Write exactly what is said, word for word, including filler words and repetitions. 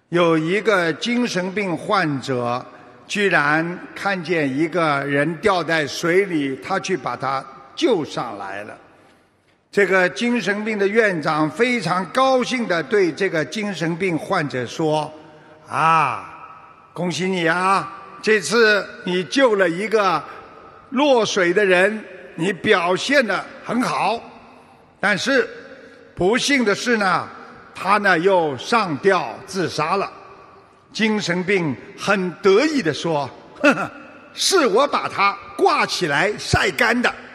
有一个精神病患者，居然看见一个人掉在水里，他去把他救上来了。这个精神病的院长非常高兴地对这个精神病患者说：啊，恭喜你啊，这次你救了一个落水的人，你表现得很好。但是不幸的是呢，他呢又上吊自杀了。精神病很得意地说：呵呵，是我把他挂起来晒干的。